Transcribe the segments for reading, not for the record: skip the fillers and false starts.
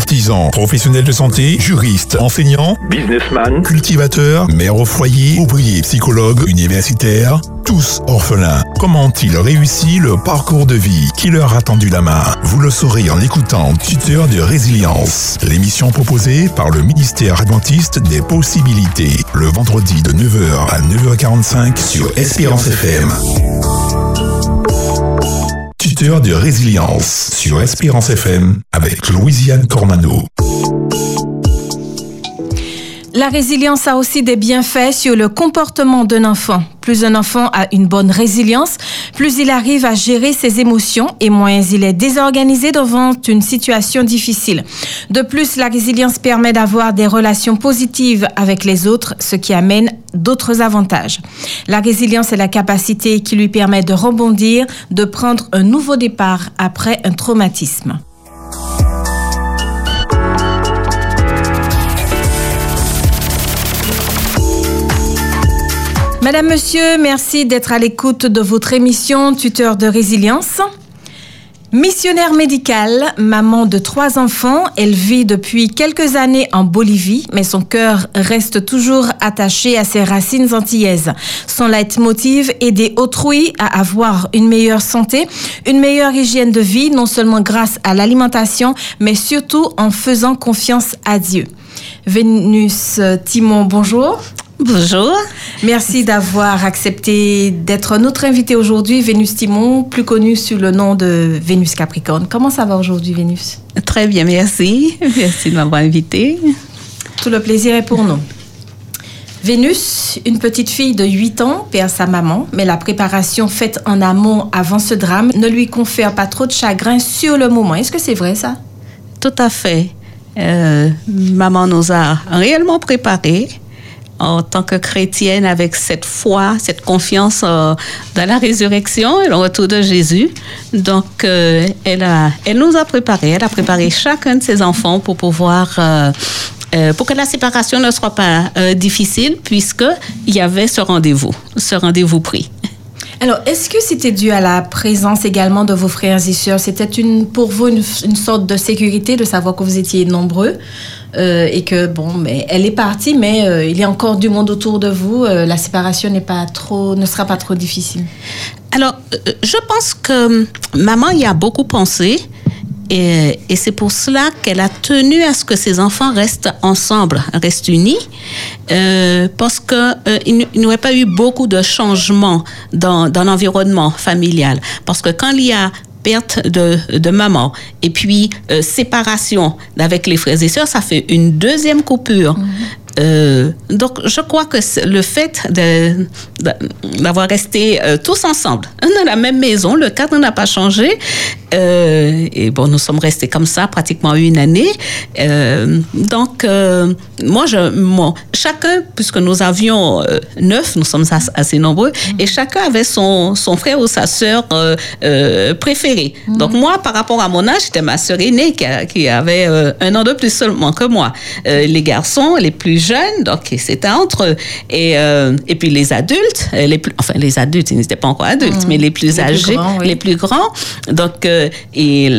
artisans, professionnels de santé, juristes, enseignants, businessmen, cultivateurs, mères au foyer, ouvriers, psychologues, universitaires, tous orphelins. Comment ont-ils réussi le parcours de vie qui leur a tendu la main? Vous le saurez en écoutant Tuteur de résilience, l'émission proposée par le ministère adventiste des possibilités, le vendredi de 9h à 9h45 sur Espérance FM. Tuteur de résilience sur Espérance FM avec Louisiane Cormano. La résilience a aussi des bienfaits sur le comportement d'un enfant. Plus un enfant a une bonne résilience, plus il arrive à gérer ses émotions et moins il est désorganisé devant une situation difficile. De plus, la résilience permet d'avoir des relations positives avec les autres, ce qui amène d'autres avantages. La résilience est la capacité qui lui permet de rebondir, de prendre un nouveau départ après un traumatisme. Madame, Monsieur, merci d'être à l'écoute de votre émission Tuteur de résilience. Missionnaire médicale, maman de 3 enfants, elle vit depuis quelques années en Bolivie, mais son cœur reste toujours attaché à ses racines antillaises. Son leitmotiv, aider autrui à avoir une meilleure santé, une meilleure hygiène de vie, non seulement grâce à l'alimentation, mais surtout en faisant confiance à Dieu. Vénus Timon, bonjour. Bonjour. Merci d'avoir accepté d'être notre invité aujourd'hui, Vénus Timon, plus connue sous le nom de Vénus Capricorne. Comment ça va aujourd'hui, Vénus? Très bien, merci. Merci de m'avoir invitée. Tout le plaisir est pour nous. Vénus, une petite fille de 8 ans, perd sa maman, mais la préparation faite en amont avant ce drame ne lui confère pas trop de chagrin sur le moment. Est-ce que c'est vrai, ça? Tout à fait. Maman nous a réellement préparés. En tant que chrétienne, avec cette foi, cette confiance dans la résurrection et le retour de Jésus. Donc, elle nous a préparés. Elle a préparé chacun de ses enfants pour pouvoir, pour que la séparation ne soit pas difficile, puisqu'il y avait ce rendez-vous pris. Alors, est-ce que c'était dû à la présence également de vos frères et sœurs? C'était pour vous une sorte de sécurité de savoir que vous étiez nombreux et que, mais elle est partie, mais il y a encore du monde autour de vous. La séparation ne sera pas trop difficile. Alors, je pense que maman y a beaucoup pensé. Et c'est pour cela qu'elle a tenu à ce que ses enfants restent ensemble, restent unis, parce qu'il n'y aurait pas eu beaucoup de changements dans l'environnement familial. Parce que quand il y a perte de maman et puis séparation avec les frères et sœurs, ça fait une deuxième coupure. Donc, je crois que le fait d'avoir resté tous ensemble dans la même maison, le cadre n'a pas changé. Et nous sommes restés comme ça pratiquement une année. Donc, chacun, puisque nous avions 9, nous sommes assez nombreux, et chacun avait son frère ou sa sœur préférée. Donc, moi, par rapport à mon âge, c'était ma sœur aînée qui avait 1 an de plus seulement que moi. Les garçons, les plus jeunes, donc c'était entre eux. Et puis les adultes, les adultes, ils n'étaient pas encore adultes, mais les plus âgés, les plus grands. Donc, il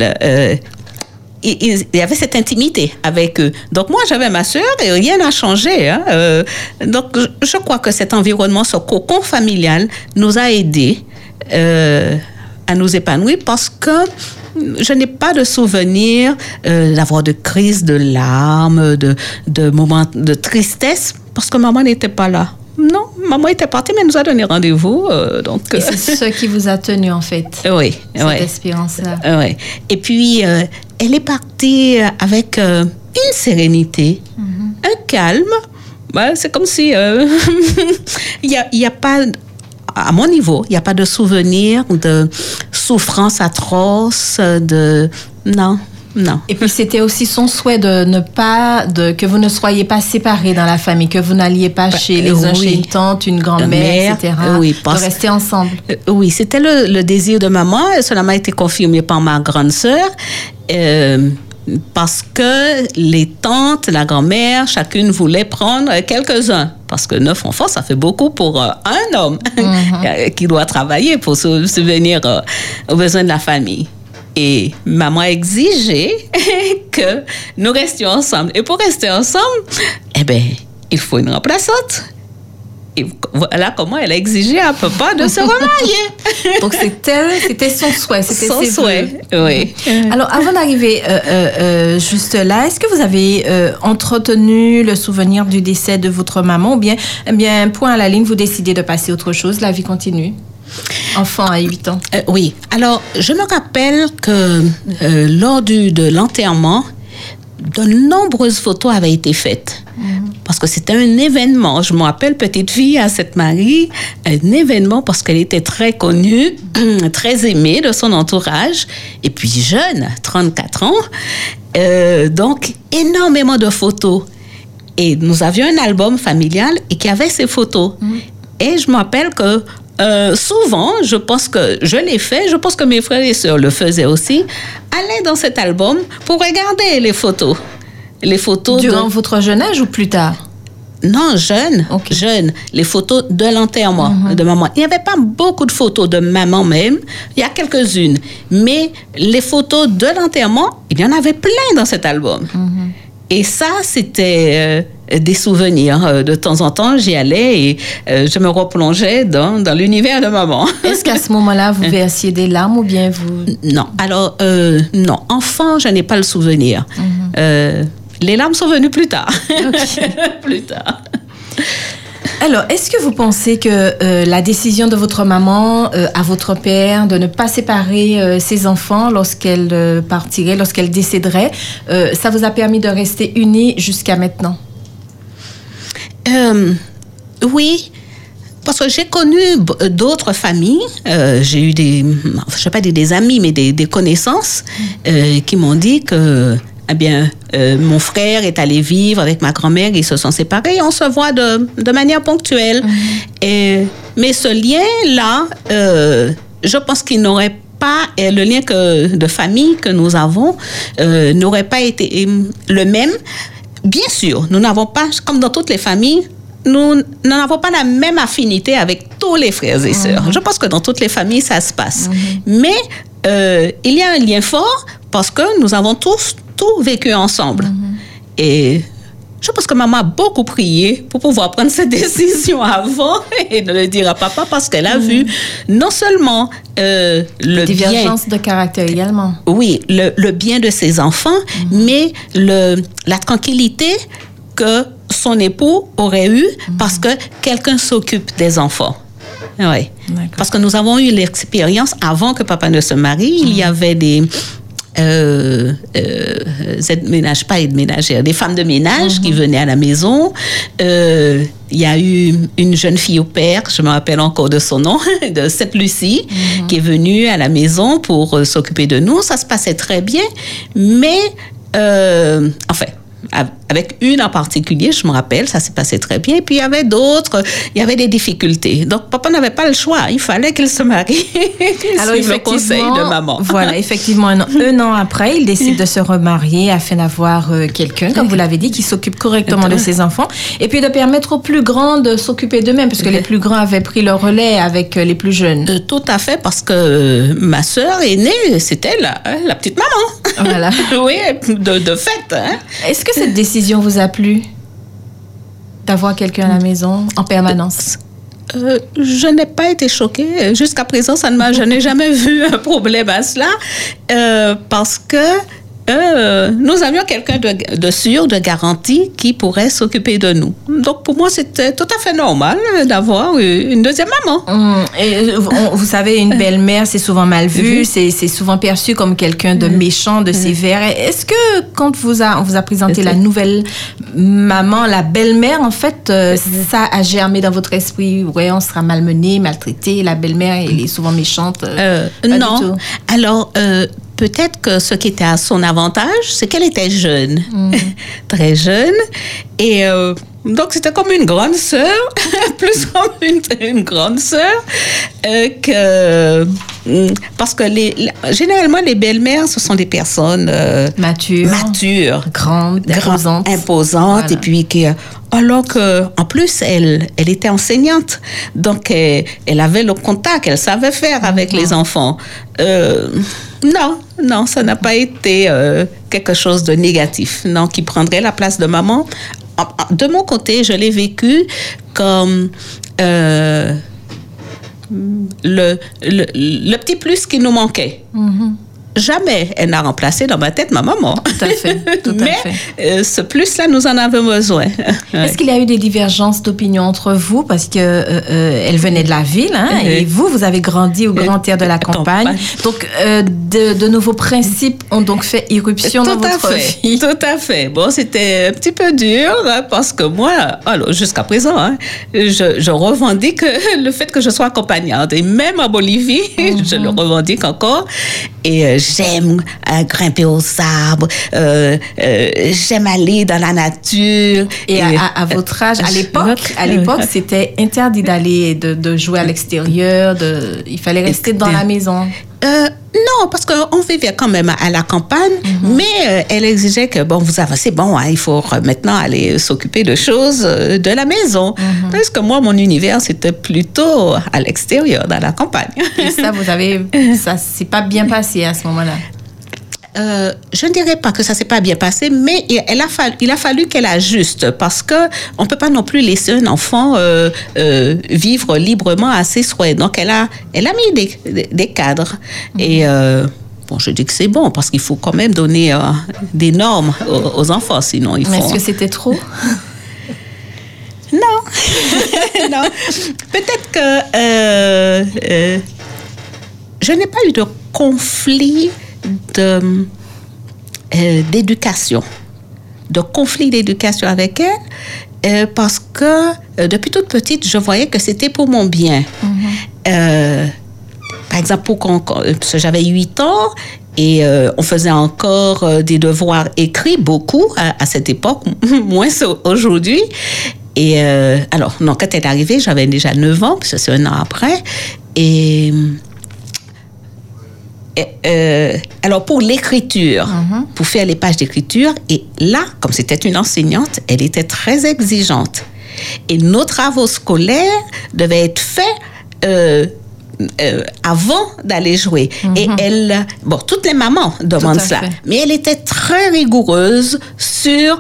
y avait cette intimité avec eux. Donc, moi, j'avais ma sœur et rien n'a changé. Donc, je crois que cet environnement, ce cocon familial, nous a aidés à nous épanouir parce que je n'ai pas de souvenir d'avoir de crises de larmes, de moments de tristesse, parce que maman n'était pas là. Non, maman était partie, mais elle nous a donné rendez-vous. Et c'est ce qui vous a tenu, en fait. Oui. Cette espérance-là. Oui. Et puis, elle est partie avec une sérénité, un calme. C'est comme si il y a pas... À mon niveau, il n'y a pas de souvenir de souffrance atroce, Non. Et puis, c'était aussi son souhait que vous ne soyez pas séparés dans la famille, que vous n'alliez pas chez les uns, chez une tante, une grand-mère, etc. De rester ensemble. Oui, c'était le désir de maman. Cela m'a été confirmé par ma grande sœur. Parce que les tantes, la grand-mère, chacune voulait prendre quelques-uns. Parce que 9 enfants, ça fait beaucoup pour un homme qui doit travailler pour subvenir aux besoins de la famille. Et maman exigeait que nous restions ensemble. Et pour rester ensemble, il faut une remplaçante. Et voilà comment elle a exigé à papa de se remarier. Donc, c'était son souhait. C'était son souhait, oui. Alors, avant d'arriver juste là, est-ce que vous avez entretenu le souvenir du décès de votre maman ou bien, point à la ligne, vous décidez de passer à autre chose, la vie continue? Enfant à 8 ans. Oui. Alors, je me rappelle que lors de l'enterrement, de nombreuses photos avaient été faites. Parce que c'était un événement. Je me rappelle, petite fille à Sainte-Marie, un événement parce qu'elle était très connue, très aimée de son entourage, et puis jeune, 34 ans. Donc, énormément de photos. Et nous avions un album familial et qui avait ces photos. Et je me rappelle que souvent, je pense que je l'ai fait, je pense que mes frères et sœurs le faisaient aussi, allaient dans cet album pour regarder les photos. Les photos durant votre jeune âge ou plus tard? Non, jeune. Les photos de l'enterrement de maman. Il n'y avait pas beaucoup de photos de maman même. Il y a quelques-unes. Mais les photos de l'enterrement, il y en avait plein dans cet album. Et ça, c'était des souvenirs. De temps en temps, j'y allais et je me replongeais dans l'univers de maman. Est-ce qu'à ce moment-là, vous versiez des larmes ou bien vous... Non. Alors, non. Enfant, je n'ai pas le souvenir. Les larmes sont venues plus tard. Plus tard. Alors, est-ce que vous pensez que la décision de votre maman à votre père de ne pas séparer ses enfants lorsqu'elle partirait, lorsqu'elle décéderait, ça vous a permis de rester unis jusqu'à maintenant? Oui. Parce que j'ai connu d'autres familles, j'ai eu je sais pas des amis, mais des connaissances qui m'ont dit que mon frère est allé vivre avec ma grand-mère, ils se sont séparés, on se voit de manière ponctuelle. Mais ce lien-là, je pense qu'il n'aurait pas, le lien de famille que nous avons n'aurait pas été le même. Bien sûr, nous n'avons pas, comme dans toutes les familles, nous n'avons pas la même affinité avec tous les frères et sœurs. Je pense que dans toutes les familles, ça se passe. Mais il y a un lien fort parce que nous avons tous tout vécu ensemble. Et je pense que maman a beaucoup prié pour pouvoir prendre cette décision avant et de le dire à papa parce qu'elle a vu non seulement le divergence de caractère également. Oui, le bien de ses enfants, mais la tranquillité que son époux aurait eu parce que quelqu'un s'occupe des enfants. Oui. Parce que nous avons eu l'expérience avant que papa ne se marie, il y avait des des femmes de ménage qui venaient à la maison. Il y a eu une jeune fille au père, je me rappelle encore de son nom, de Cette Lucie, qui est venue à la maison pour s'occuper de nous. Ça se passait très bien, mais avec une en particulier, je me rappelle, ça s'est passé très bien. Et puis, il y avait d'autres, il y avait des difficultés. Donc, papa n'avait pas le choix. Il fallait qu'elle se marie. Alors, le conseil de maman. Voilà, effectivement, un an après, il décide de se remarier afin d'avoir quelqu'un, comme vous l'avez dit, qui s'occupe correctement de ses enfants. Et puis, de permettre aux plus grands de s'occuper d'eux-mêmes, parce que les plus grands avaient pris le relais avec les plus jeunes. Tout à fait, parce que ma sœur aînée, c'était la petite maman. Voilà. Oui, de fait. Hein. Est-ce que cette décision vous a plu d'avoir quelqu'un à la maison en permanence? Je n'ai pas été choquée. Jusqu'à présent, je n'ai jamais vu un problème à cela parce que nous avions quelqu'un de sûr, de garanti, qui pourrait s'occuper de nous. Donc, pour moi, c'était tout à fait normal d'avoir une deuxième maman. Et vous savez, une belle-mère, c'est souvent mal vu, c'est souvent perçu comme quelqu'un de méchant, de sévère. Est-ce que, quand on vous a présenté la nouvelle maman, la belle-mère, en fait, ça a germé dans votre esprit? Ouais, on sera malmené, maltraité, la belle-mère, elle est souvent méchante? Non. Du tout. Alors, peut-être que ce qui était à son avantage, c'est qu'elle était jeune, très jeune. Et donc, c'était comme une grande sœur, plus comme une grande sœur. Parce que généralement, les belles-mères, ce sont des personnes matures, grandes, imposantes. Voilà. Et puis, alors qu'en plus, elle était enseignante. Donc, elle avait le contact, elle savait faire avec les enfants. Non, ça n'a pas été quelque chose de négatif, non, qui prendrait la place de maman. De mon côté, je l'ai vécu comme le petit plus qui nous manquait. Mm-hmm. Jamais elle n'a remplacé dans ma tête ma maman. Tout à fait. Mais ce plus-là, nous en avons besoin. Est-ce qu'il y a eu des divergences d'opinion entre vous? Parce que elle venait de la ville, hein, et vous avez grandi au grand air de la campagne. Donc, de nouveaux principes ont donc fait irruption dans votre vie. Tout à fait. Bon, c'était un petit peu dur, hein, parce que moi, alors, jusqu'à présent, hein, je revendique le fait que je sois accompagnante. Et même en Bolivie, je le revendique encore. Et j'aime grimper aux arbres, j'aime aller dans la nature. Et à votre âge, à l'époque, c'était interdit d'aller, de jouer à l'extérieur, il fallait rester dans la maison. Non, parce qu'on vivait quand même à la campagne, mais elle exigeait que, bon, vous avancez, bon, hein, il faut maintenant aller s'occuper de choses de la maison. Parce que moi, mon univers, c'était plutôt à l'extérieur, dans la campagne. Et ça s'est pas bien passé à ce moment-là? Je ne dirais pas que ça s'est pas bien passé, mais il a fallu qu'elle ajuste, parce que on peut pas non plus laisser un enfant vivre librement à ses souhaits. Donc elle a mis des cadres. Et bon, je dis que c'est bon, parce qu'il faut quand même donner des normes aux enfants, sinon ils font. Mais est-ce que c'était trop? Non. Non. Peut-être que je n'ai pas eu de conflit d'éducation, de conflit d'éducation avec elle, parce que depuis toute petite, je voyais que c'était pour mon bien. Par exemple, parce que j'avais 8 ans et on faisait encore des devoirs écrits, beaucoup à cette époque, moins aujourd'hui. Et alors, non, quand elle est arrivée, j'avais déjà 9 ans, parce que c'est un an après. Et alors, pour l'écriture, pour faire les pages d'écriture, et là, comme c'était une enseignante, elle était très exigeante. Et nos travaux scolaires devaient être faits avant d'aller jouer. Et elle, bon, toutes les mamans demandent ça, mais elle était très rigoureuse sur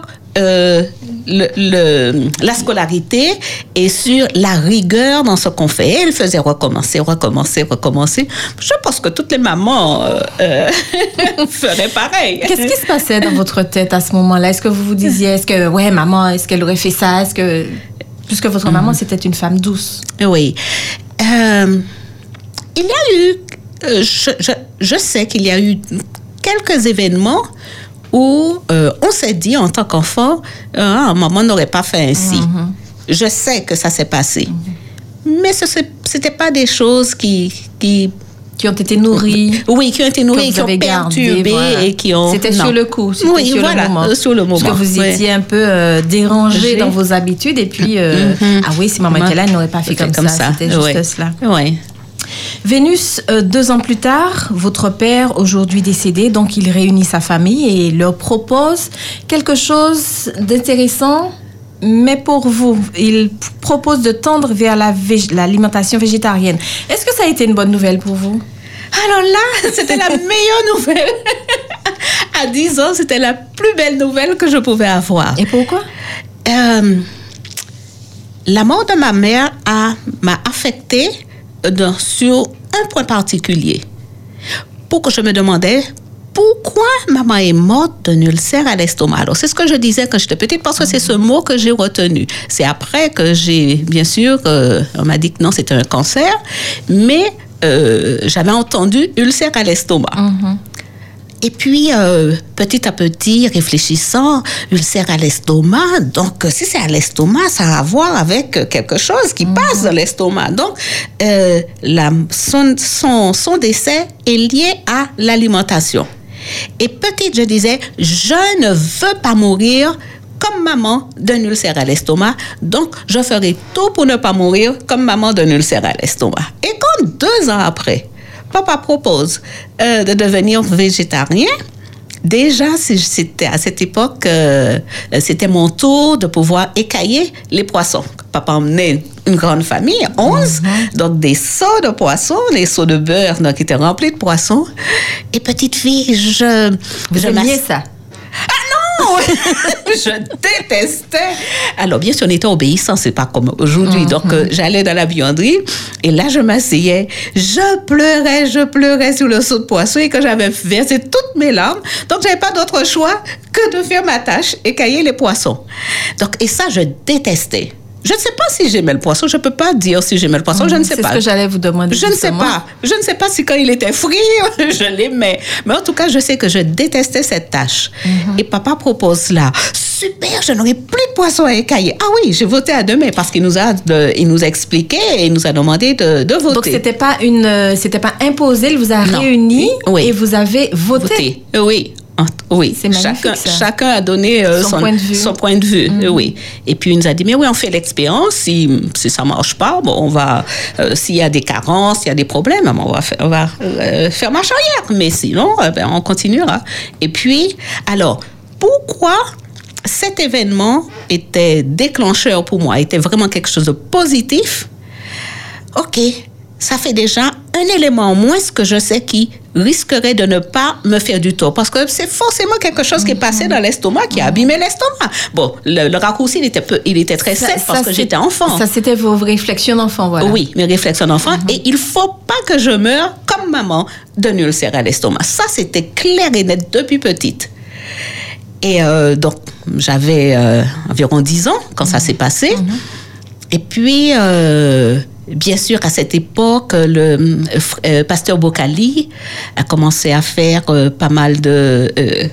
la scolarité et sur la rigueur dans ce qu'on fait. Elle faisait recommencer. Je pense que toutes les mamans feraient pareil. Qu'est-ce qui se passait dans votre tête à ce moment-là? Est-ce que vous vous disiez, ouais, maman, est-ce qu'elle aurait fait ça? Puisque votre maman, c'était une femme douce. Oui. Il y a eu, je sais qu'il y a eu quelques événements où on s'est dit en tant qu'enfant, maman n'aurait pas fait ainsi. Je sais que ça s'est passé. Mais ce n'était pas des choses qui ont été nourries. Oui, qui ont été nourries, qui ont perturbé et qui ont... C'était sur le coup. Oui, sur le moment. Sur le moment. Parce que vous étiez un peu dérangé dans vos habitudes et puis, ah oui, si maman était là, elle n'aurait pas fait comme ça. C'était juste cela. Oui. Vénus, 2 ans plus tard, votre père, aujourd'hui décédé, donc il réunit sa famille et leur propose quelque chose d'intéressant, mais pour vous. Il propose de tendre vers l'alimentation végétarienne. Est-ce que ça a été une bonne nouvelle pour vous? Alors là, c'était la meilleure nouvelle. À 10 ans, c'était la plus belle nouvelle que je pouvais avoir. Et pourquoi? La mort de ma mère m'a affectée sur un point particulier. Pour que je me demandais pourquoi maman est morte d'un ulcère à l'estomac. Alors, c'est ce que je disais quand j'étais petite, parce que c'est ce mot que j'ai retenu. C'est après que bien sûr, on m'a dit que non, c'était un cancer, mais j'avais entendu ulcère à l'estomac. Et puis, petit à petit, réfléchissant, ulcère à l'estomac, donc si c'est à l'estomac, ça a à voir avec quelque chose qui passe dans l'estomac. Donc, son décès est lié à l'alimentation. Et petite, je disais, je ne veux pas mourir comme maman d'un ulcère à l'estomac, donc je ferai tout pour ne pas mourir comme maman d'un ulcère à l'estomac. Et quand 2 ans après, papa propose de devenir végétarien, déjà, c'était à cette époque, c'était mon tour de pouvoir écailler les poissons. Papa emmenait une grande famille, 11, donc des seaux de poissons, les seaux de beurre donc, qui étaient remplis de poissons. Et petite fille, Vous aimiez ça? Je détestais. Alors, bien sûr, on était obéissants, c'est pas comme aujourd'hui. Donc, j'allais dans la buanderie et là, je m'asseyais. Je pleurais sur le seau de poisson et quand j'avais versé toutes mes larmes, donc j'avais pas d'autre choix que de faire ma tâche, écailler les poissons. Donc, et ça, je détestais. Je ne sais pas si j'aimais le poisson. Je ne peux pas dire si j'aimais le poisson. Je ne sais pas. C'est ce que j'allais vous demander. Je ne sais pas. Je ne sais pas si quand il était frit, je l'aimais. Mais en tout cas, je sais que je détestais cette tâche. Et papa propose là. Super, je n'aurai plus de poisson à écailler. Ah oui, j'ai voté à demain parce qu'il nous a expliqué et il nous a demandé de voter. Donc, c'était pas imposé. Il vous a réunis et vous avez voté. Oui. Oui, c'est magnifique, chacun a donné son point de vue. Oui. Et puis il nous a dit mais oui, on fait l'expérience. Si ça marche pas, bon, on va s'il y a des carences, s'il y a des problèmes, on va faire marche arrière. Mais sinon, on continuera. Et puis alors pourquoi cet événement était déclencheur pour moi, était vraiment quelque chose de positif? Ok. Ça fait déjà un élément en moins que je sais qui risquerait de ne pas me faire du tort. Parce que c'est forcément quelque chose qui est passé dans l'estomac, qui a abîmé l'estomac. Bon, le raccourci, il était très simple parce que j'étais enfant. Ça, c'était vos réflexions d'enfant, voilà. Oui, mes réflexions d'enfant. Et il ne faut pas que je meure comme maman d'un ulcère à l'estomac. Ça, c'était clair et net depuis petite. Et donc, j'avais environ 10 ans quand ça s'est passé. Et puis... bien sûr, à cette époque, le pasteur Bocali a commencé à faire pas mal de,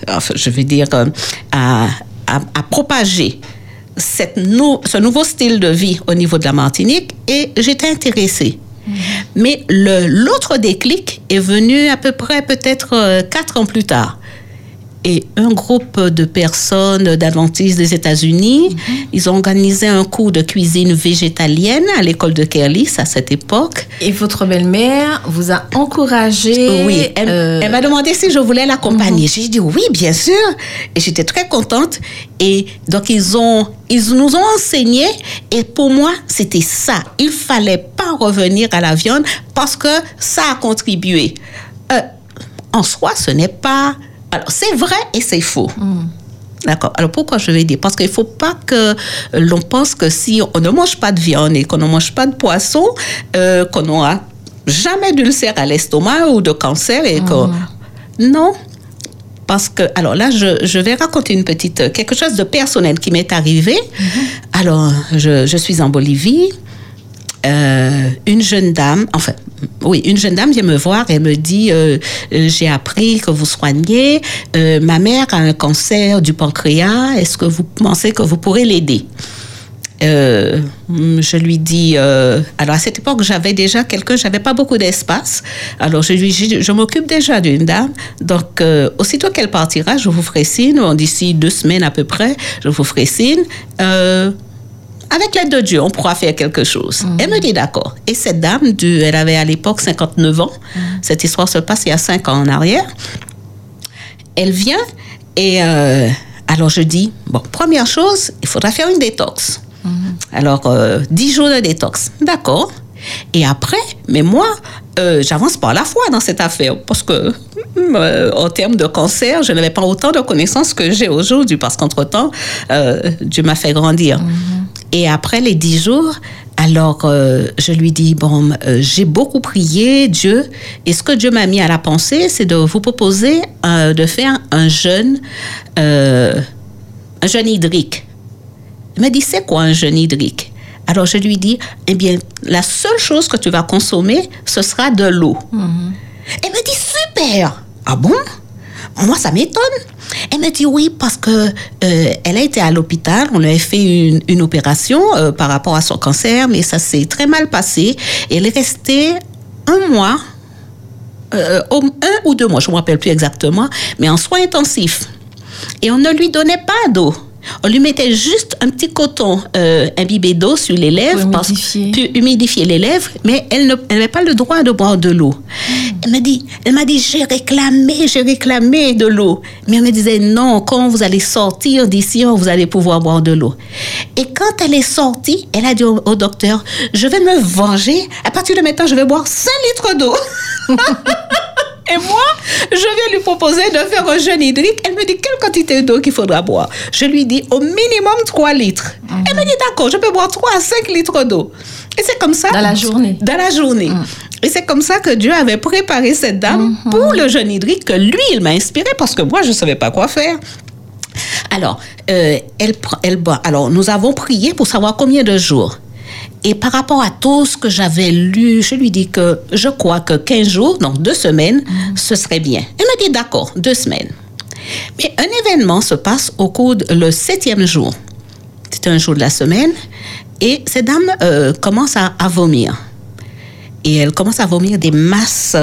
à propager ce nouveau style de vie au niveau de la Martinique et j'étais intéressée. Mais l'autre déclic est venu à peu près peut-être 4 ans plus tard. Et un groupe de personnes d'adventistes des États-Unis, ils ont organisé un cours de cuisine végétalienne à l'école de Kerlis à cette époque. Et votre belle-mère vous a encouragé. Oui, elle m'a demandé si je voulais l'accompagner. J'ai dit oui, bien sûr. Et j'étais très contente. Et donc, ils nous ont enseigné. Et pour moi, c'était ça. Il fallait pas revenir à la viande parce que ça a contribué. En soi, ce n'est pas... Alors, c'est vrai et c'est faux. D'accord. Alors, pourquoi je vais dire? Parce qu'il ne faut pas que l'on pense que si on ne mange pas de viande et qu'on ne mange pas de poisson, qu'on n'aura jamais d'ulcère à l'estomac ou de cancer. Et non. Parce que, alors là, je vais raconter quelque chose de personnel qui m'est arrivé. Alors, je suis en Bolivie. Une jeune dame vient me voir et me dit j'ai appris que vous soignez, ma mère a un cancer du pancréas, est-ce que vous pensez que vous pourrez l'aider? Je lui dis alors à cette époque j'avais pas beaucoup d'espace, alors je lui dis je m'occupe déjà d'une dame, donc aussitôt qu'elle partira je vous ferai signe, d'ici 2 semaines à peu près je vous ferai signe, avec l'aide de Dieu, on pourra faire quelque chose. Elle me dit d'accord. Et cette dame, elle avait à l'époque 59 ans. Cette histoire se passe il y a 5 ans en arrière. Elle vient et alors je dis, bon, première chose, il faudra faire une détox. Alors, 10 jours de détox. D'accord. Et après, mais moi, j'avance par la foi dans cette affaire parce que en termes de cancer, je n'avais pas autant de connaissances que j'ai aujourd'hui parce qu'entre-temps, Dieu m'a fait grandir. Et après les 10 jours, alors je lui dis, bon, j'ai beaucoup prié Dieu et ce que Dieu m'a mis à la pensée, c'est de vous proposer de faire un jeûne hydrique. Il m'a dit, c'est quoi un jeûne hydrique? Alors, je lui dis, eh bien, la seule chose que tu vas consommer, ce sera de l'eau. Elle me dit, super! Ah bon? Moi, ça m'étonne. Elle me dit, oui, parce que elle a été à l'hôpital, on lui a fait une opération par rapport à son cancer, mais ça s'est très mal passé. Et elle est restée 1 mois, 1 ou 2 mois, je ne me rappelle plus exactement, mais en soins intensifs. Et on ne lui donnait pas d'eau. On lui mettait juste un petit coton imbibé d'eau sur les lèvres pour humidifier les lèvres, mais elle n'avait pas le droit de boire de l'eau. Elle m'a dit, j'ai réclamé de l'eau. Mais elle me disait, non, quand vous allez sortir d'ici, vous allez pouvoir boire de l'eau. Et quand elle est sortie, elle a dit au docteur, je vais me venger. À partir de maintenant, je vais boire 5 litres d'eau. Et moi, je viens lui proposer de faire un jeûne hydrique. Elle me dit, quelle quantité d'eau qu'il faudra boire? Je lui dis, au minimum 3 litres. Elle me dit, d'accord, je peux boire 3 à 5 litres d'eau. Et c'est comme ça. Dans la journée. Et c'est comme ça que Dieu avait préparé cette dame pour le jeûne hydrique que lui, il m'a inspiré parce que moi, je ne savais pas quoi faire. Alors, elle boit. Alors, nous avons prié pour savoir combien de jours. Et par rapport à tout ce que j'avais lu, je lui dis que je crois que 15 jours, donc 2 semaines, ce serait bien. Elle me dit d'accord, 2 semaines. Mais un événement se passe au cours le 7e jour. C'est un jour de la semaine. Et cette dame commence à vomir. Et elle commence à vomir des masses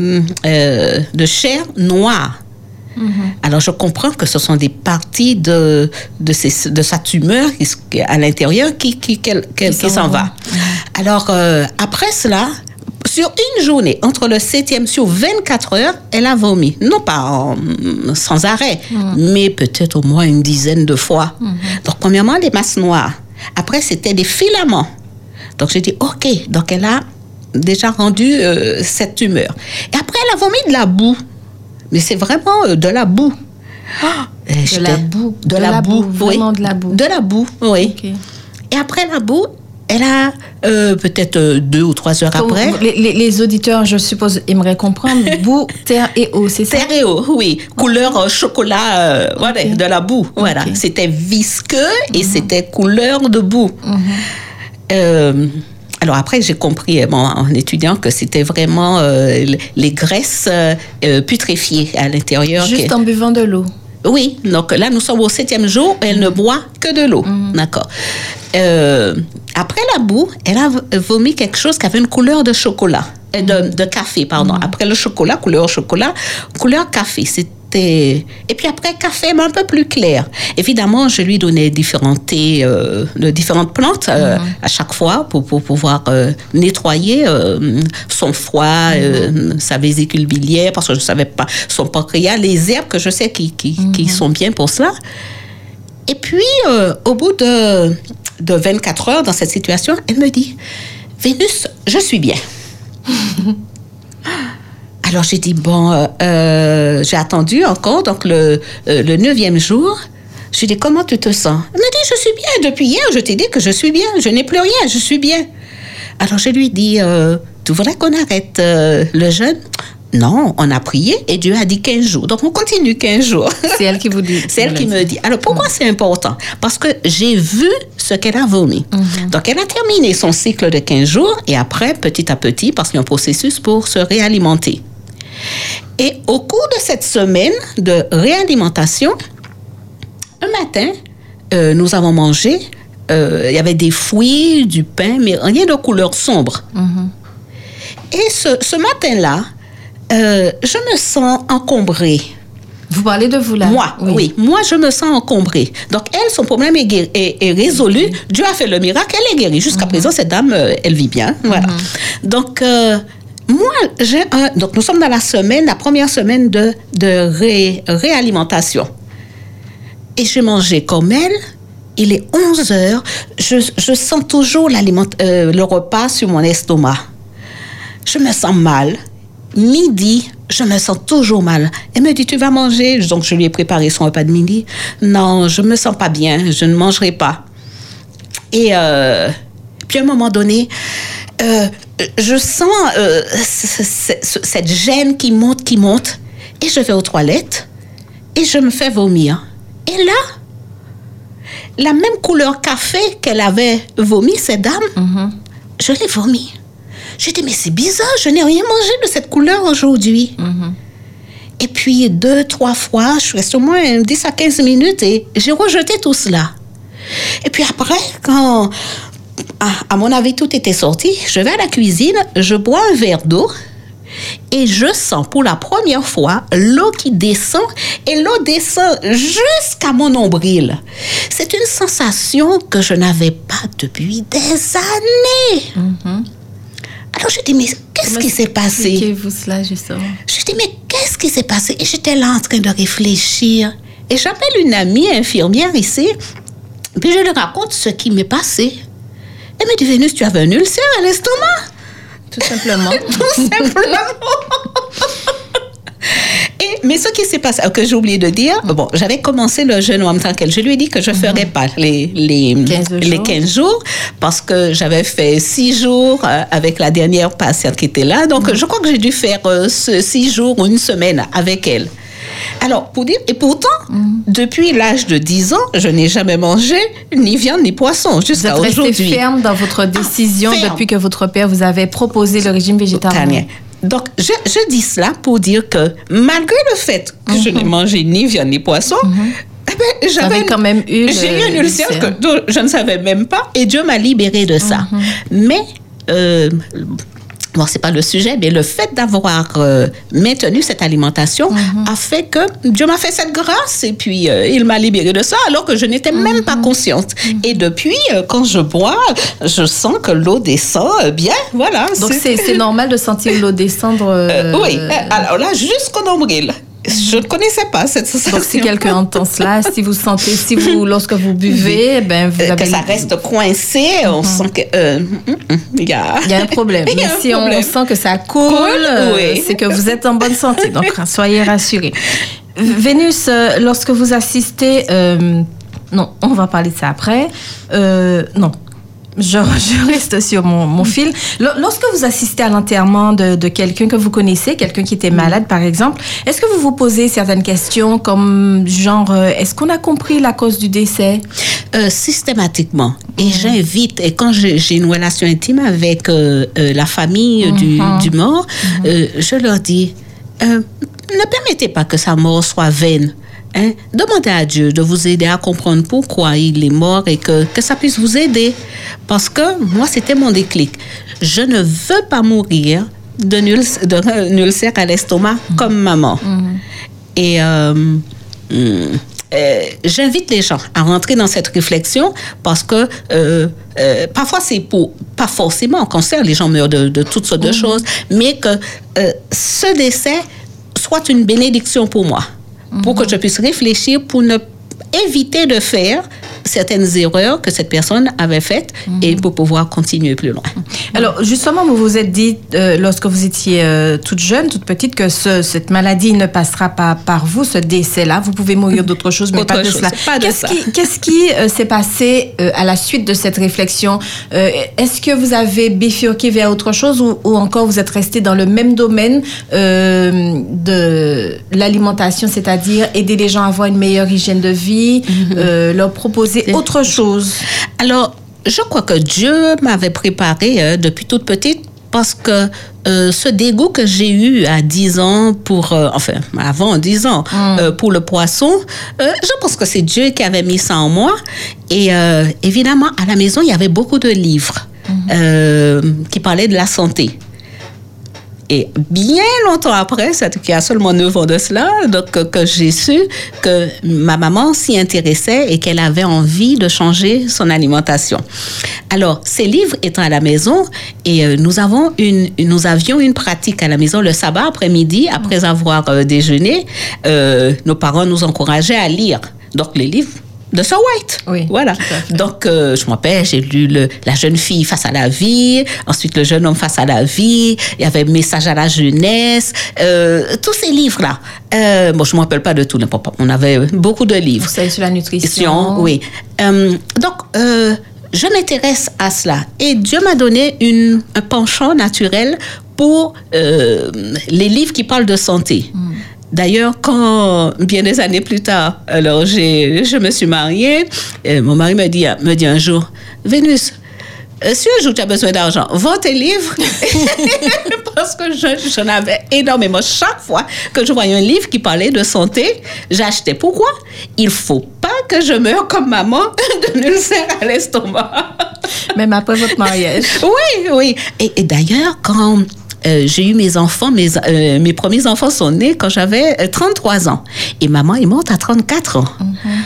de chair noire. Alors, je comprends que ce sont des parties de sa tumeur à l'intérieur qui s'en va. Alors, après cela, sur une journée, entre le 7e, sur 24 heures, elle a vomi. Non pas sans arrêt, mais peut-être au moins une dizaine de fois. Donc, premièrement, des masses noires. Après, c'était des filaments. Donc, j'ai dit, OK. Donc, elle a déjà rendu cette tumeur. Et après, elle a vomi de la boue. Mais c'est vraiment de la boue. De la boue. Vraiment de la boue. De la boue, oui. Okay. Et après la boue, elle a peut-être 2 ou 3 heures après. Les auditeurs, je suppose, aimeraient comprendre. Boue, terre et eau, c'est ça? Terre et eau, oui. Couleur chocolat, voilà, de la boue. Voilà. C'était visqueux et c'était couleur de boue. Alors après, j'ai compris en étudiant que c'était vraiment les graisses putréfiées à l'intérieur. Juste en buvant de l'eau. Oui, donc là, nous sommes au 7e jour, elle ne boit que de l'eau. D'accord. Après la boue, elle a vomi quelque chose qui avait une couleur de chocolat, de café, pardon. Après le chocolat, couleur café. Et puis après, café, mais un peu plus clair. Évidemment, je lui donnais différentes plantes à chaque fois pour pouvoir nettoyer son foie, sa vésicule biliaire, parce que je ne savais pas, son pancréas, les herbes que je sais qui sont bien pour cela. Et puis, au bout de 24 heures dans cette situation, elle me dit, Vénus, je suis bien. Alors, j'ai dit, j'ai attendu encore, donc le 9e jour. Je lui ai dit, comment tu te sens? Elle m'a dit, je suis bien. Depuis hier, je t'ai dit que je suis bien. Je n'ai plus rien, je suis bien. Alors, je lui ai dit, tu voudrais qu'on arrête le jeûne? Non, on a prié et Dieu a dit 15 jours. Donc, on continue 15 jours. C'est elle qui vous dit. C'est elle qui me dit. Alors, pourquoi c'est important? Parce que j'ai vu ce qu'elle a vomi. Donc, elle a terminé son cycle de 15 jours et après, petit à petit, parce qu'il y a un processus pour se réalimenter. Et au cours de cette semaine de réalimentation, un matin, nous avons mangé, il y avait des fruits, du pain, mais rien de couleur sombre. Et ce matin-là, je me sens encombrée. Vous parlez de vous là? Moi, oui. Moi, je me sens encombrée. Donc, elle, son problème est résolu. Dieu a fait le miracle, elle est guérie. Jusqu'à présent, cette dame, elle vit bien. Voilà. Donc, moi, donc nous sommes dans la première semaine de réalimentation. Et j'ai mangé comme elle. Il est 11 heures. Je sens toujours le repas sur mon estomac. Je me sens mal. Midi, je me sà toujours mal. Elle me dit, tu vas manger? Donc, je lui ai préparé son repas de midi. Non, je me sens pas bien. Je ne mangerai pas. Et puis, à un moment donné, je sens cette gêne qui monte. Et je vais aux toilettes et je me fais vomir. Et là, la même couleur café qu'elle avait vomi, cette dame, je l'ai vomi. J'ai dit, mais c'est bizarre, je n'ai rien mangé de cette couleur aujourd'hui. Et puis, 2-3 fois, je suis restée au moins 10 à 15 minutes et j'ai rejeté tout cela. Et puis après, quand, à mon avis, tout était sorti, je vais à la cuisine, je bois un verre d'eau et je sens pour la première fois l'eau qui descend et l'eau descend jusqu'à mon nombril. c'est une sensation que je n'avais pas depuis des années. Alors, je dis, mais qu'est-ce qui s'est passé? Expliquez-vous cela, justement. Je dis, mais qu'est-ce qui s'est passé? Et j'étais là en train de réfléchir. Et j'appelle une amie infirmière ici, puis je lui raconte ce qui m'est passé. Elle me dit, Vénus, tu avais un ulcère à l'estomac? Tout simplement. Tout simplement. Mais ce qui s'est passé, que j'ai oublié de dire, bon, j'avais commencé le jeûne en même temps qu'elle. Je lui ai dit que je ne ferais pas les 15 jours parce que j'avais fait 6 jours avec la dernière patiente qui était là. Donc, je crois que j'ai dû faire 6 jours ou une semaine avec elle. Alors, pour dire, et pourtant, depuis l'âge de 10 ans, je n'ai jamais mangé ni viande ni poisson jusqu'à aujourd'hui. Vous êtes resté ferme dans votre décision depuis que votre père vous avait proposé le régime végétarien. Donc, je dis cela pour dire que malgré le fait que je n'ai mangé ni viande ni poisson, j'avais quand même eu un ulcère dont je ne savais même pas et Dieu m'a libérée de ça. Mais, bon, c'est pas le sujet, mais le fait d'avoir maintenu cette alimentation a fait que Dieu m'a fait cette grâce et puis il m'a libérée de ça alors que je n'étais même pas consciente. Et depuis, quand je bois, je sens que l'eau descend bien, voilà. Donc c'est normal de sentir l'eau descendre oui, alors là, jusqu'au nombril. Je ne connaissais pas cette sensation. Donc, si quelqu'un entend cela, si vous sentez, lorsque vous buvez, vous avez... Que ça reste coincé, on sent que... il y a un problème. Mais si on sent que ça coule, c'est que vous êtes en bonne santé. Donc, soyez rassurés. Vénus, lorsque vous assistez... non, on va parler de ça après. Non. Je reste sur mon fil. Lorsque vous assistez à l'enterrement de quelqu'un que vous connaissez, quelqu'un qui était malade, par exemple, est-ce que vous vous posez certaines questions comme genre, est-ce qu'on a compris la cause du décès? Systématiquement. Et j'invite, et quand j'ai une relation intime avec la famille du mort, je leur dis, ne permettez pas que sa mort soit vaine. Demandez à Dieu de vous aider à comprendre pourquoi il est mort et que ça puisse vous aider. Parce que moi, c'était mon déclic. Je ne veux pas mourir d'un ulcère à l'estomac comme maman. Et j'invite les gens à rentrer dans cette réflexion parce que parfois c'est pas forcément en cancer, les gens meurent de toutes sortes de choses, mais que ce décès soit une bénédiction pour moi. Pour que je puisse réfléchir, pour éviter de faire certaines erreurs que cette personne avait faites et pour pouvoir continuer plus loin. Alors, justement, vous vous êtes dit, lorsque vous étiez toute jeune, toute petite, que cette maladie ne passera pas par vous, ce décès-là. Vous pouvez mourir d'autre chose, mais pas de cela. Qu'est-ce qui s'est passé à la suite de cette réflexion? Est-ce que vous avez bifurqué vers autre chose ou encore vous êtes resté dans le même domaine de l'alimentation, c'est-à-dire aider les gens à avoir une meilleure hygiène de vie, leur proposer autre chose? Alors, je crois que Dieu m'avait préparée depuis toute petite parce que ce dégoût que j'ai eu à 10 ans avant 10 ans, pour le poisson, je pense que c'est Dieu qui avait mis ça en moi. Et évidemment, à la maison, il y avait beaucoup de livres qui parlaient de la santé. Et bien longtemps après, c'est-à-dire qu'il y a seulement 9 ans de cela, donc que j'ai su que ma maman s'y intéressait et qu'elle avait envie de changer son alimentation. Alors, ces livres étant à la maison, et nous avions une pratique à la maison le sabbat après-midi, après avoir déjeuné, nos parents nous encourageaient à lire. Donc, les livres de Sir White. Oui, voilà. Donc, je me rappelle, j'ai lu La jeune fille face à la vie, ensuite Le jeune homme face à la vie, il y avait Message à la jeunesse, tous ces livres-là. Bon, je ne me rappelle pas de tout, on avait beaucoup de livres. Vous savez, sur la nutrition. Oui. Donc, je m'intéresse à cela. Et Dieu m'a donné un penchant naturel pour les livres qui parlent de santé. D'ailleurs, quand, bien des années plus tard, alors je me suis mariée, mon mari me dit un jour, Vénus, si un jour tu as besoin d'argent, vends tes livres. Parce que j'en avais énormément. Chaque fois que je voyais un livre qui parlait de santé, j'achetais. Pourquoi? Il ne faut pas que je meure comme maman d'un ulcère à l'estomac. Même après votre mariage. Oui. Et d'ailleurs, quand j'ai eu mes enfants, mes premiers enfants sont nés quand j'avais 33 ans. Et maman est morte à 34 ans.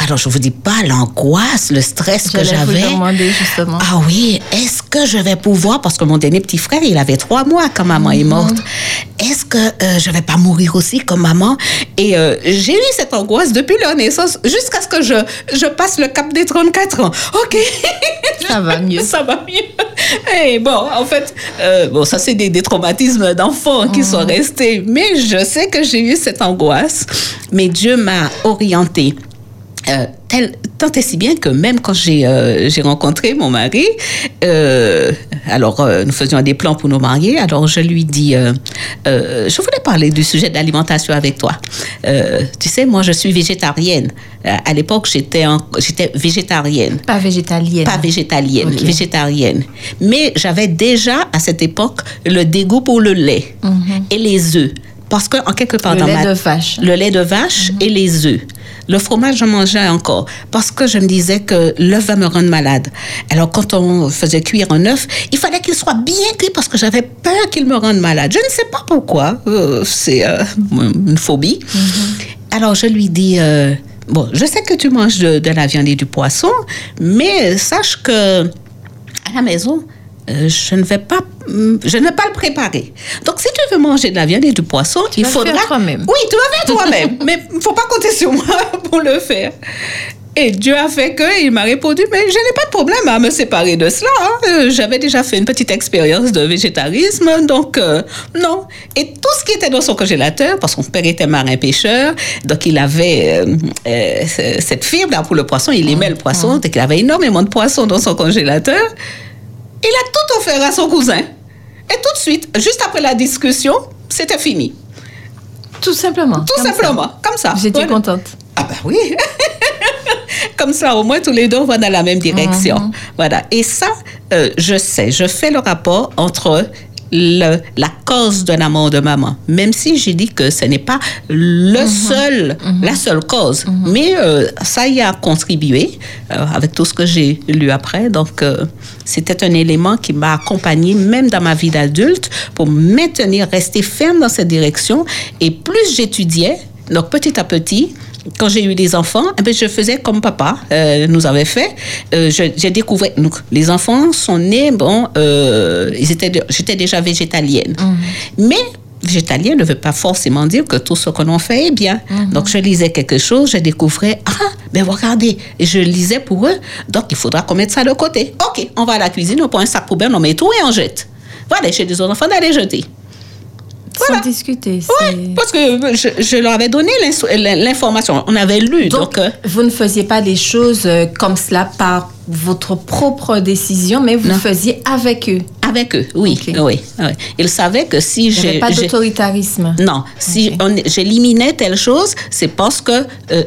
Alors, je vous dis pas l'angoisse, le stress que j'avais. Je vous demander justement. Ah oui, est-ce que je vais pouvoir, parce que mon dernier petit frère, il avait 3 mois quand maman est morte. Est-ce que je vais pas mourir aussi comme maman? Et j'ai eu cette angoisse depuis leur naissance jusqu'à ce que je passe le cap des 34 ans. OK. Ça va mieux. Ça va mieux. Et bon, en fait, ça c'est des traumatismes d'enfants qui sont restés. Mais je sais que j'ai eu cette angoisse. Mais Dieu m'a orientée. Tant et si bien que même quand j'ai rencontré mon mari, nous faisions des plans pour nous marier, alors je lui dis, je voulais parler du sujet de l'alimentation avec toi. Tu sais, moi je suis végétarienne. À l'époque, j'étais végétarienne. Pas végétalienne. Pas végétalienne, okay. Végétarienne. Mais j'avais déjà à cette époque le dégoût pour le lait et les œufs. Parce que, en quelque part, le lait de vache et les œufs. Le fromage, je mangeais encore. Parce que je me disais que l'œuf va me rendre malade. Alors, quand on faisait cuire un œuf, il fallait qu'il soit bien cuit parce que j'avais peur qu'il me rende malade. Je ne sais pas pourquoi. C'est une phobie. Alors, je lui dis, je sais que tu manges de la viande et du poisson, mais sache que à la maison, je ne vais pas le préparer. Donc, si tu veux manger de la viande et du poisson, il faudra... faire toi-même. Oui, tu vas faire toi-même. Mais il ne faut pas compter sur moi pour le faire. Et Dieu a fait qu'il m'a répondu, mais je n'ai pas de problème à me séparer de cela. Hein. J'avais déjà fait une petite expérience de végétarisme, donc non. Et tout ce qui était dans son congélateur, parce que mon père était marin-pêcheur, donc il avait cette fibre là pour le poisson, il aimait le poisson, donc il avait énormément de poissons dans son congélateur. Il a tout offert à son cousin. Et tout de suite, juste après la discussion, c'était fini. Tout simplement. Comme ça. J'étais contente. Ah ben oui. Comme ça, au moins, tous les deux, on va dans la même direction. Voilà. Et ça, je fais le rapport entre la cause d'un amour de maman. Même si j'ai dit que ce n'est pas la seule cause. Mais ça y a contribué avec tout ce que j'ai lu après. Donc, c'était un élément qui m'a accompagnée même dans ma vie d'adulte pour rester ferme dans cette direction. Et plus j'étudiais, donc petit à petit, quand j'ai eu des enfants, je faisais comme papa nous avait fait. J'ai découvert... Donc, les enfants sont nés, j'étais déjà végétalienne. Mais végétalienne ne veut pas forcément dire que tout ce que l'on fait est bien. Donc, je lisais quelque chose, je découvrais... regardez, et je lisais pour eux. Donc, il faudra qu'on mette ça de côté. OK, on va à la cuisine, on prend un sac poubelle, on met tout et on jette. Voilà, chez des autres enfants, d'aller jeter. Voilà. Sans discuter. Oui, parce que je leur avais donné l'information. On avait lu. Donc, vous ne faisiez pas les choses comme cela par votre propre décision, mais vous le faisiez avec eux. Avec eux, oui. Okay. Oui. Ils savaient que si il n'y avait pas d'autoritarisme. Non. Si j'éliminais telle chose, c'est parce que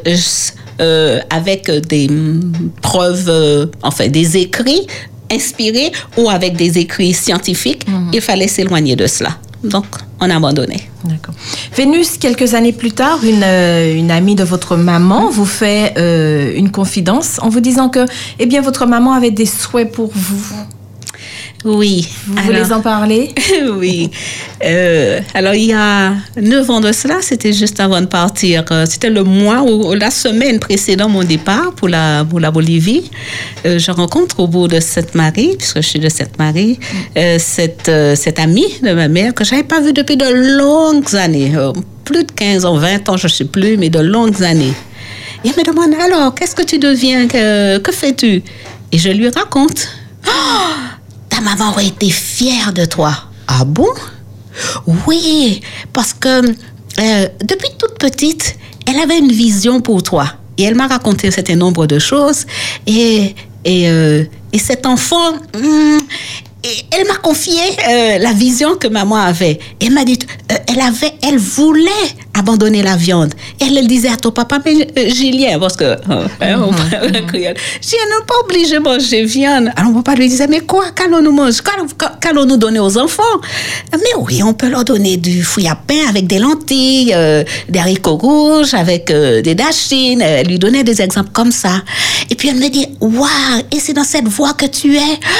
avec des preuves, des écrits inspirés ou avec des écrits scientifiques, il fallait s'éloigner de cela. Donc, on a abandonné. D'accord. Vénus, quelques années plus tard, une amie de votre maman vous fait une confidence en vous disant que, votre maman avait des souhaits pour vous. Oui. Vous voulez en parler? Oui. Alors, il y a 9 ans de cela, c'était juste avant de partir. C'était le mois ou la semaine précédant mon départ pour la Bolivie. Je rencontre au bout de Sainte-Marie, puisque je suis de Sainte-Marie, cette amie de ma mère que je n'avais pas vue depuis de longues années. Plus de 15 ans, 20 ans, je ne sais plus, mais de longues années. Et elle me demande, alors, qu'est-ce que tu deviens? Que fais-tu? Et je lui raconte. Ta maman aurait été fière de toi. Ah bon? Oui, parce que depuis toute petite, elle avait une vision pour toi. Et elle m'a raconté un certain nombre de choses. Et cet enfant, elle m'a confié la vision que maman avait. Elle m'a dit, elle voulait abandonner la viande. Elle le disait à ton papa, mais Julien, parce que on parle en créole, Julien n'est pas obligé de manger viande. Alors mon papa lui disait, mais quoi, qu'allons-nous manger, qu'allons-nous donner aux enfants? Mais oui, on peut leur donner du fruit à pain avec des lentilles, des haricots rouges, avec des dachines. Elle lui donnait des exemples comme ça. Et puis elle me dit, waouh, et c'est dans cette voie que tu es.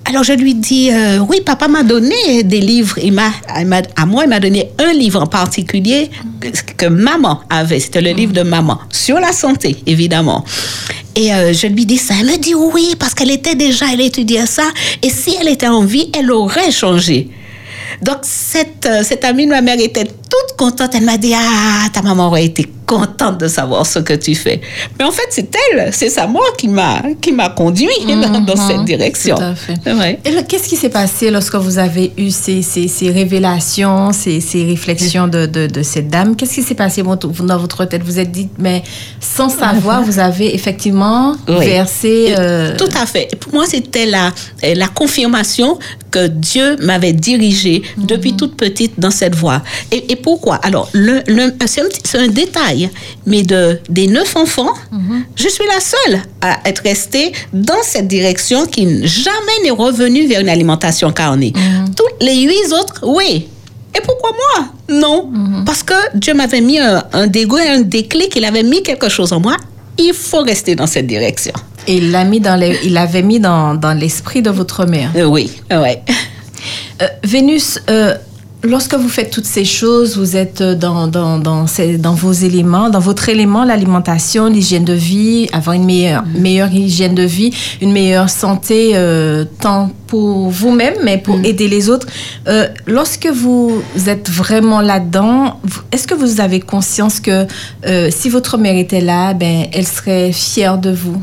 Alors, je lui dis, oui, papa m'a donné des livres. Il m'a donné un livre en particulier que maman avait. C'était le livre de maman, sur la santé, évidemment. Et je lui dis ça. Elle me dit oui, parce qu'elle étudiait ça. Et si elle était en vie, elle aurait changé. Donc, cette amie de ma mère était toute contente. Elle m'a dit, ta maman aurait été contente de savoir ce que tu fais. Mais en fait, c'est sa mort qui m'a conduit dans cette direction. Tout à fait. Ouais. Et qu'est-ce qui s'est passé lorsque vous avez eu ces révélations, ces réflexions de cette dame? Qu'est-ce qui s'est passé dans votre tête? Vous êtes dit, mais sans savoir, vous avez effectivement versé... Tout à fait. Et pour moi, c'était la confirmation que Dieu m'avait dirigée depuis toute petite dans cette voie. Et pourquoi? Alors, c'est un détail, mais des 9 enfants, je suis la seule à être restée dans cette direction qui jamais n'est revenue vers une alimentation carnée. Tous les 8 autres, oui. Et pourquoi moi? Non. Parce que Dieu m'avait mis un dégoût et un déclic, il avait mis quelque chose en moi. Il faut rester dans cette direction. Et il l'avait mis dans l'esprit de votre mère. Oui, oui. Vénus, lorsque vous faites toutes ces choses, vous êtes dans vos éléments, dans votre élément, l'alimentation, l'hygiène de vie, avoir une meilleure hygiène de vie, une meilleure santé, tant pour vous-même, mais pour aider les autres. Lorsque vous êtes vraiment là-dedans, est-ce que vous avez conscience que si votre mère était là, elle serait fière de vous?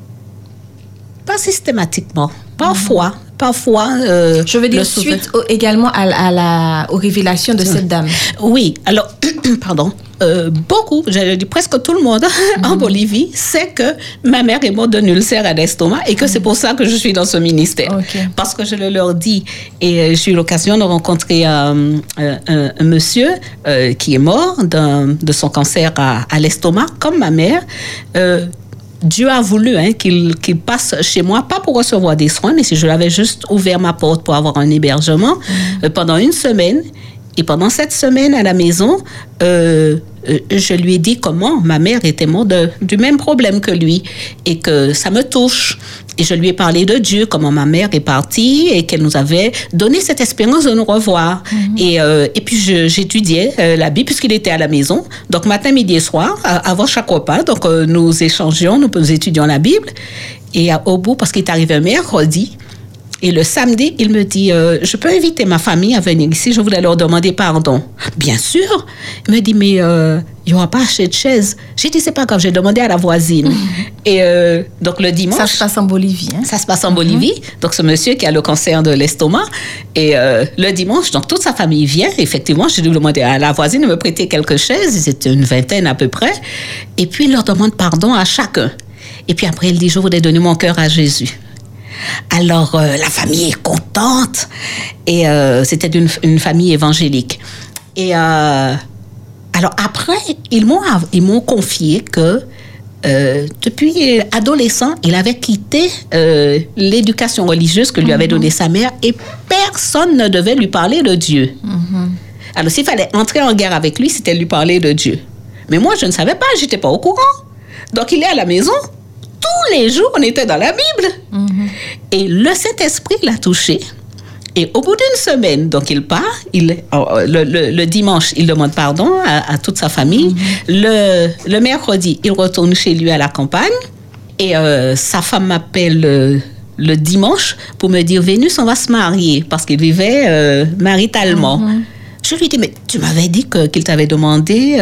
Pas systématiquement. Parfois. Je veux dire suite également aux révélations de cette dame. Oui, alors, pardon, beaucoup, j'allais dire presque tout le monde en Bolivie sait que ma mère est morte d'un ulcère à l'estomac et que c'est pour ça que je suis dans ce ministère. Okay. Parce que je le leur dis. Et j'ai eu l'occasion de rencontrer un monsieur qui est mort de son cancer à l'estomac, comme ma mère. Dieu a voulu qu'il passe chez moi, pas pour recevoir des soins, mais si je l'avais juste ouvert ma porte pour avoir un hébergement pendant 1 semaine. Et pendant cette semaine à la maison, je lui ai dit comment ma mère était morte du même problème que lui et que ça me touche. Et je lui ai parlé de Dieu, comment ma mère est partie et qu'elle nous avait donné cette espérance de nous revoir. Et puis j'étudiais la Bible puisqu'il était à la maison. Donc matin, midi et soir, avant chaque repas, donc nous échangions, nous étudions la Bible. Et au bout, parce qu'il est arrivé un mercredi, et le samedi, il me dit, je peux inviter ma famille à venir ici, je voulais leur demander pardon. Bien sûr. Il me dit, mais il n'y aura pas assez de chaises. J'ai dit, c'est pas grave, j'ai demandé à la voisine. Et donc le dimanche... Ça se passe en Bolivie. Ça se passe en Bolivie. Donc ce monsieur qui a le cancer de l'estomac. Et le dimanche, donc toute sa famille vient. Effectivement, j'ai dû demander à la voisine de me prêter quelques chaises. C'était une 20aine à peu près. Et puis il leur demande pardon à chacun. Et puis après, il dit, je voudrais donner mon cœur à Jésus. Alors, la famille est contente et c'était une famille évangélique. Et alors après, ils m'ont confié que depuis adolescent, il avait quitté l'éducation religieuse que lui avait donnée sa mère et personne ne devait lui parler de Dieu. Alors, s'il fallait entrer en guerre avec lui, c'était lui parler de Dieu. Mais moi, je ne savais pas, je n'étais pas au courant. Donc, il est à la maison. Tous les jours, on était dans la Bible. Et le Saint-Esprit l'a touché. Et au bout d'une semaine, donc il part. Le dimanche, il demande pardon à toute sa famille. Le mercredi, il retourne chez lui à la campagne. Et sa femme m'appelle le dimanche pour me dire, Vénus, on va se marier. Parce qu'il vivait maritalement. Je lui dis, mais tu m'avais dit qu'il t'avait demandé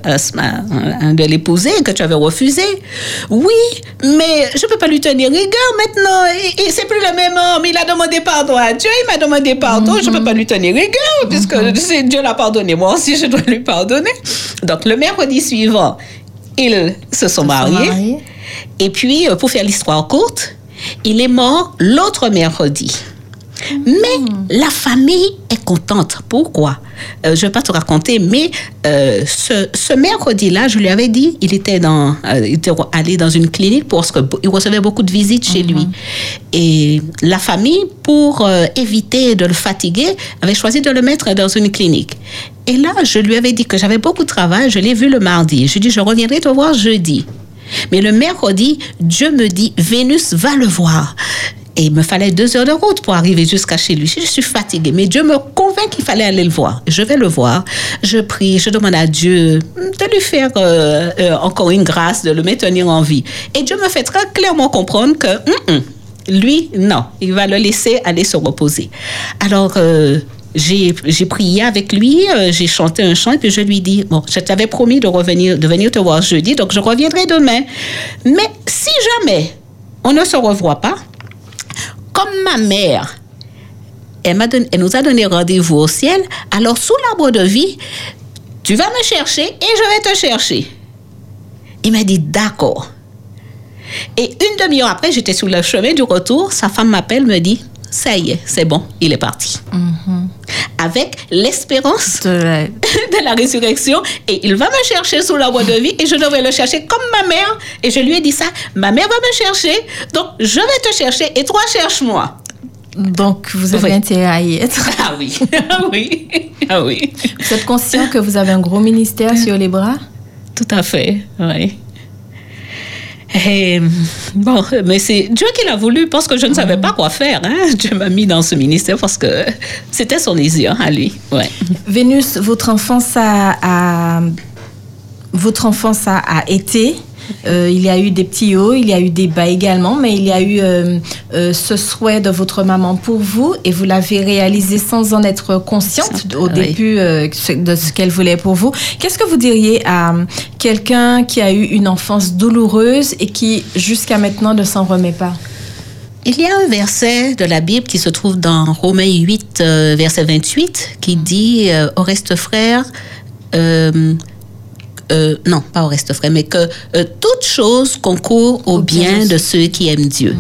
de l'épouser et que tu avais refusé. Oui, mais je ne peux pas lui tenir rigueur maintenant. Et c'est plus le même homme. Il a demandé pardon à Dieu, il m'a demandé pardon. Je ne peux pas lui tenir rigueur puisque Dieu l'a pardonné. Moi aussi, je dois lui pardonner. Donc, le mercredi suivant, ils se sont mariés. Et puis, pour faire l'histoire courte, il est mort l'autre mercredi. Mais la famille est contente. Pourquoi? Je ne vais pas te raconter, mais ce mercredi-là, je lui avais dit, il était allé dans une clinique parce qu'il recevait beaucoup de visites chez lui. Et la famille, pour éviter de le fatiguer, avait choisi de le mettre dans une clinique. Et là, je lui avais dit que j'avais beaucoup de travail. Je l'ai vu le mardi. Je lui ai dit, je reviendrai te voir jeudi. Mais le mercredi, Dieu me dit, Vénus, va le voir. Et il me fallait 2 heures de route pour arriver jusqu'à chez lui. Je suis fatiguée, mais Dieu me convainc qu'il fallait aller le voir. Je vais le voir. Je prie, je demande à Dieu de lui faire encore une grâce, de le maintenir en vie. Et Dieu me fait très clairement comprendre que lui, non, il va le laisser aller se reposer. Alors, j'ai prié avec lui, j'ai chanté un chant et puis je lui dis, bon, je t'avais promis de venir te voir jeudi, donc je reviendrai demain. Mais si jamais on ne se revoit pas, comme ma mère, elle nous a donné rendez-vous au ciel, alors sous l'arbre de vie, tu vas me chercher et je vais te chercher. Il m'a dit, d'accord. Et une demi-heure après, j'étais sur le chemin du retour, sa femme m'appelle, me dit, ça y est, c'est bon, il est parti. Avec l'espérance de la résurrection, et il va me chercher sous l'arbre de vie, et je devrais le chercher comme ma mère. Et je lui ai dit ça, ma mère va me chercher, donc je vais te chercher, et toi, cherche-moi. Donc, vous avez intérêt à y être. Ah oui, ah oui, ah oui. Vous êtes conscient que vous avez un gros ministère sur les bras? Tout à fait, oui. Et, bon, mais c'est Dieu qui l'a voulu parce que je ne savais pas quoi faire. Hein. Dieu m'a mis dans ce ministère parce que c'était son désir à lui. Ouais. Vénus, votre enfance a été... il y a eu des petits hauts, il y a eu des bas également, mais il y a eu ce souhait de votre maman pour vous et vous l'avez réalisé sans en être consciente au début de ce qu'elle voulait pour vous. Qu'est-ce que vous diriez à quelqu'un qui a eu une enfance douloureuse et qui, jusqu'à maintenant, ne s'en remet pas? Il y a un verset de la Bible qui se trouve dans Romains 8, verset 28, qui dit « Oreste frère », non, pas au reste frère, mais que toute chose concourt au bien de ceux qui aiment Dieu.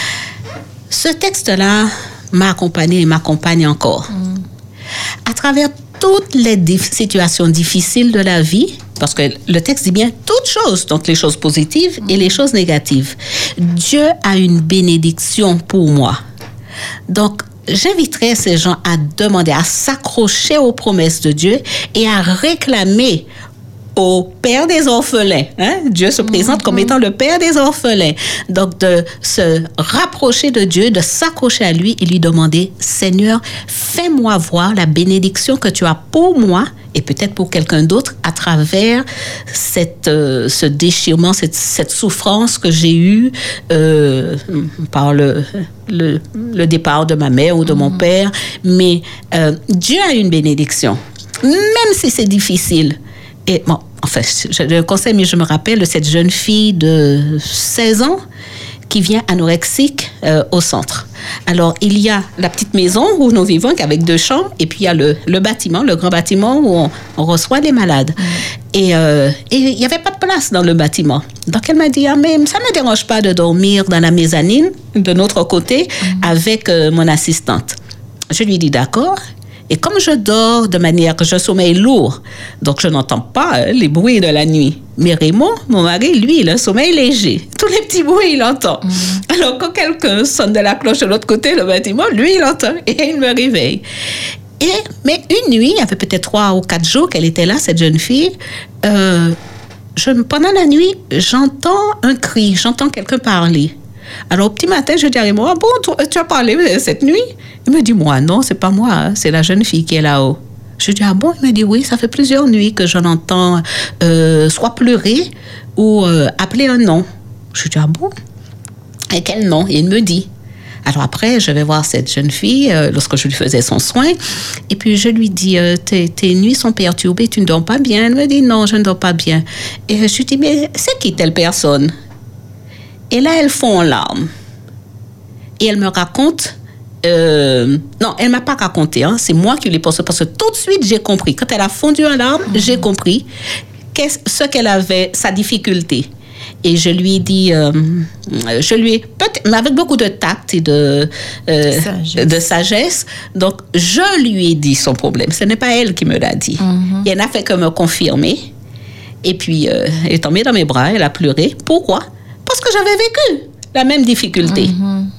Ce texte-là m'a accompagné et m'accompagne encore. À travers toutes les situations difficiles de la vie, parce que le texte dit bien toutes choses, donc les choses positives et les choses négatives. Dieu a une bénédiction pour moi. Donc, j'inviterais ces gens à demander, à s'accrocher aux promesses de Dieu et à réclamer au Père des orphelins. Hein? Dieu se présente comme étant le Père des orphelins. Donc, de se rapprocher de Dieu, de s'accrocher à lui et lui demander, Seigneur, fais-moi voir la bénédiction que tu as pour moi et peut-être pour quelqu'un d'autre à travers ce déchirement, cette souffrance que j'ai eue par le départ de ma mère ou de mon père. Mais Dieu a une bénédiction, même si c'est difficile. Et bon, enfin, je le conseille, mais je me rappelle de cette jeune fille de 16 ans qui vient anorexique au centre. Alors, il y a la petite maison où nous vivons avec 2 chambres, et puis il y a le bâtiment, le grand bâtiment où on reçoit les malades. Et il n'y avait pas de place dans le bâtiment. Donc, elle m'a dit, ah, mais ça ne me dérange pas de dormir dans la mezzanine, de notre côté, avec mon assistante. Je lui dis, d'accord. Et comme je dors de manière que je sommeille lourd, donc je n'entends pas les bruits de la nuit. Mais Raymond, mon mari, lui, il a un sommeil léger. Tous les petits bruits, il entend. Alors quand quelqu'un sonne de la cloche de l'autre côté, le bâtiment, lui, il entend et il me réveille. Mais une nuit, il y avait peut-être 3 ou 4 jours qu'elle était là, cette jeune fille, pendant la nuit, j'entends un cri, j'entends quelqu'un parler. Alors, au petit matin, je dis à Raymond, ah bon, tu as parlé cette nuit? Il me dit, moi, non, c'est pas moi, c'est la jeune fille qui est là-haut. Je dis, ah bon? Il me dit, oui, ça fait plusieurs nuits que je l'entends soit pleurer ou appeler un nom. Je dis, ah bon? Et quel nom? Et il me dit. Alors après, je vais voir cette jeune fille lorsque je lui faisais son soin. Et puis, je lui dis, tes nuits sont perturbées, tu ne dors pas bien? Elle me dit, non, je ne dors pas bien. Et je lui dis, mais c'est qui telle personne? Et là, elle fond en larmes. Et elle me raconte... non, elle ne m'a pas raconté. Hein, c'est moi qui lui ai posé. Parce que tout de suite, j'ai compris. Quand elle a fondu en larmes, j'ai compris ce qu'elle avait, sa difficulté. Et je lui ai dit... mais avec beaucoup de tact et de sagesse. Donc, je lui ai dit son problème. Ce n'est pas elle qui me l'a dit. Et elle n'a fait que me confirmer. Et puis, elle est tombée dans mes bras. Elle a pleuré. Pourquoi? Parce que j'avais vécu la même difficulté.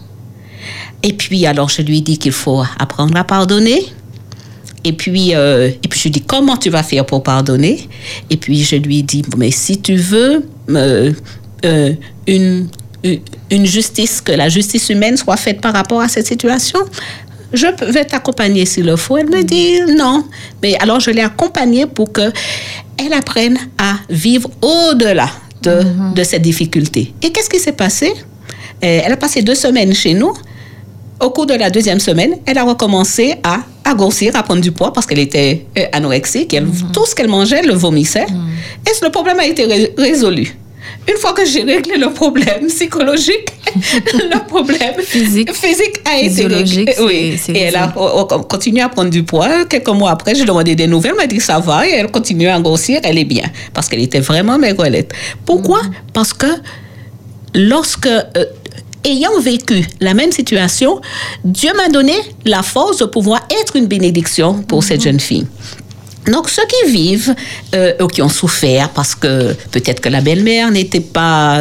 Et puis, alors, je lui ai dit qu'il faut apprendre à pardonner. Et puis, je lui ai dit, comment tu vas faire pour pardonner? Et puis, je lui ai dit, mais si tu veux une justice, que la justice humaine soit faite par rapport à cette situation. Je vais t'accompagner s'il le faut. Elle me dit non. Mais alors, je l'ai accompagnée pour qu'elle apprenne à vivre au-delà de cette difficulté. Et qu'est-ce qui s'est passé? Elle a passé 2 semaines chez nous. Au cours de la 2e semaine, elle a recommencé à grossir, à prendre du poids parce qu'elle était anorexique. Tout ce qu'elle mangeait, elle le vomissait. Et le problème a été résolu. Une fois que j'ai réglé le problème psychologique, le problème physique a été réglé. Oui. Et elle a continué à prendre du poids. Quelques mois après, j'ai demandé des nouvelles. Elle m'a dit ça va et elle continue à grossir. Elle est bien parce qu'elle était vraiment maigrelette. Pourquoi? Parce que lorsque... ayant vécu la même situation, Dieu m'a donné la force de pouvoir être une bénédiction pour cette jeune fille. Donc, ceux qui vivent, ou qui ont souffert parce que peut-être que la belle-mère n'était pas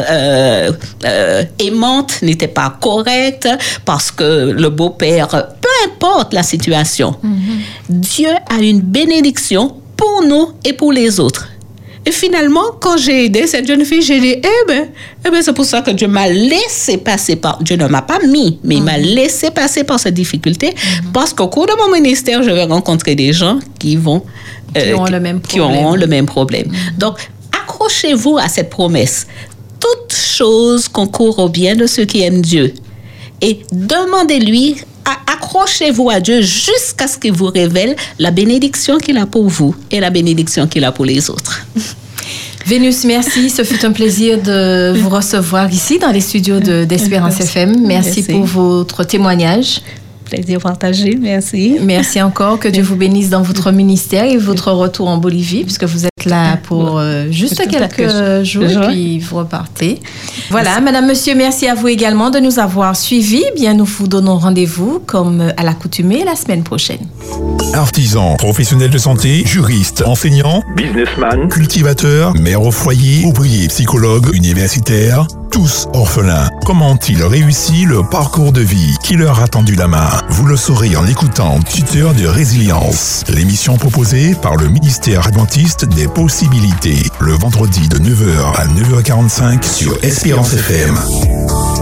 aimante, n'était pas correcte, parce que le beau-père, peu importe la situation, Dieu a une bénédiction pour nous et pour les autres. Et finalement, quand j'ai aidé cette jeune fille, j'ai dit, eh ben, c'est pour ça que Dieu m'a laissé passer par... Dieu ne m'a pas mis, mais il m'a laissé passer par cette difficulté, parce qu'au cours de mon ministère, je vais rencontrer des gens qui ont le même problème. Donc, accrochez-vous à cette promesse. Toute chose concourt au bien de ceux qui aiment Dieu. Et demandez-lui, accrochez-vous à Dieu jusqu'à ce qu'il vous révèle la bénédiction qu'il a pour vous et la bénédiction qu'il a pour les autres. Vénus, merci. Ce fut un plaisir de vous recevoir ici dans les studios d'Espérance FM. Merci pour votre témoignage. Plaisir partagé, merci. Merci encore, que Dieu vous bénisse dans votre ministère et votre retour en Bolivie, puisque vous êtes là pour juste quelques jours et puis vous repartez. Voilà, merci. Madame, monsieur, merci à vous également de nous avoir suivis. Bien, nous vous donnons rendez-vous, comme à l'accoutumée, la semaine prochaine. Artisans, professionnels de santé, juristes, enseignants, businessman, cultivateurs, mères au foyer, ouvriers, psychologues, universitaires, tous orphelins. Comment ont-ils réussi le parcours de vie qui leur a tendu la main? Vous le saurez en écoutant Tuteur de résilience, l'émission proposée par le ministère adventiste des possibilités, le vendredi de 9h à 9h45 sur Espérance FM.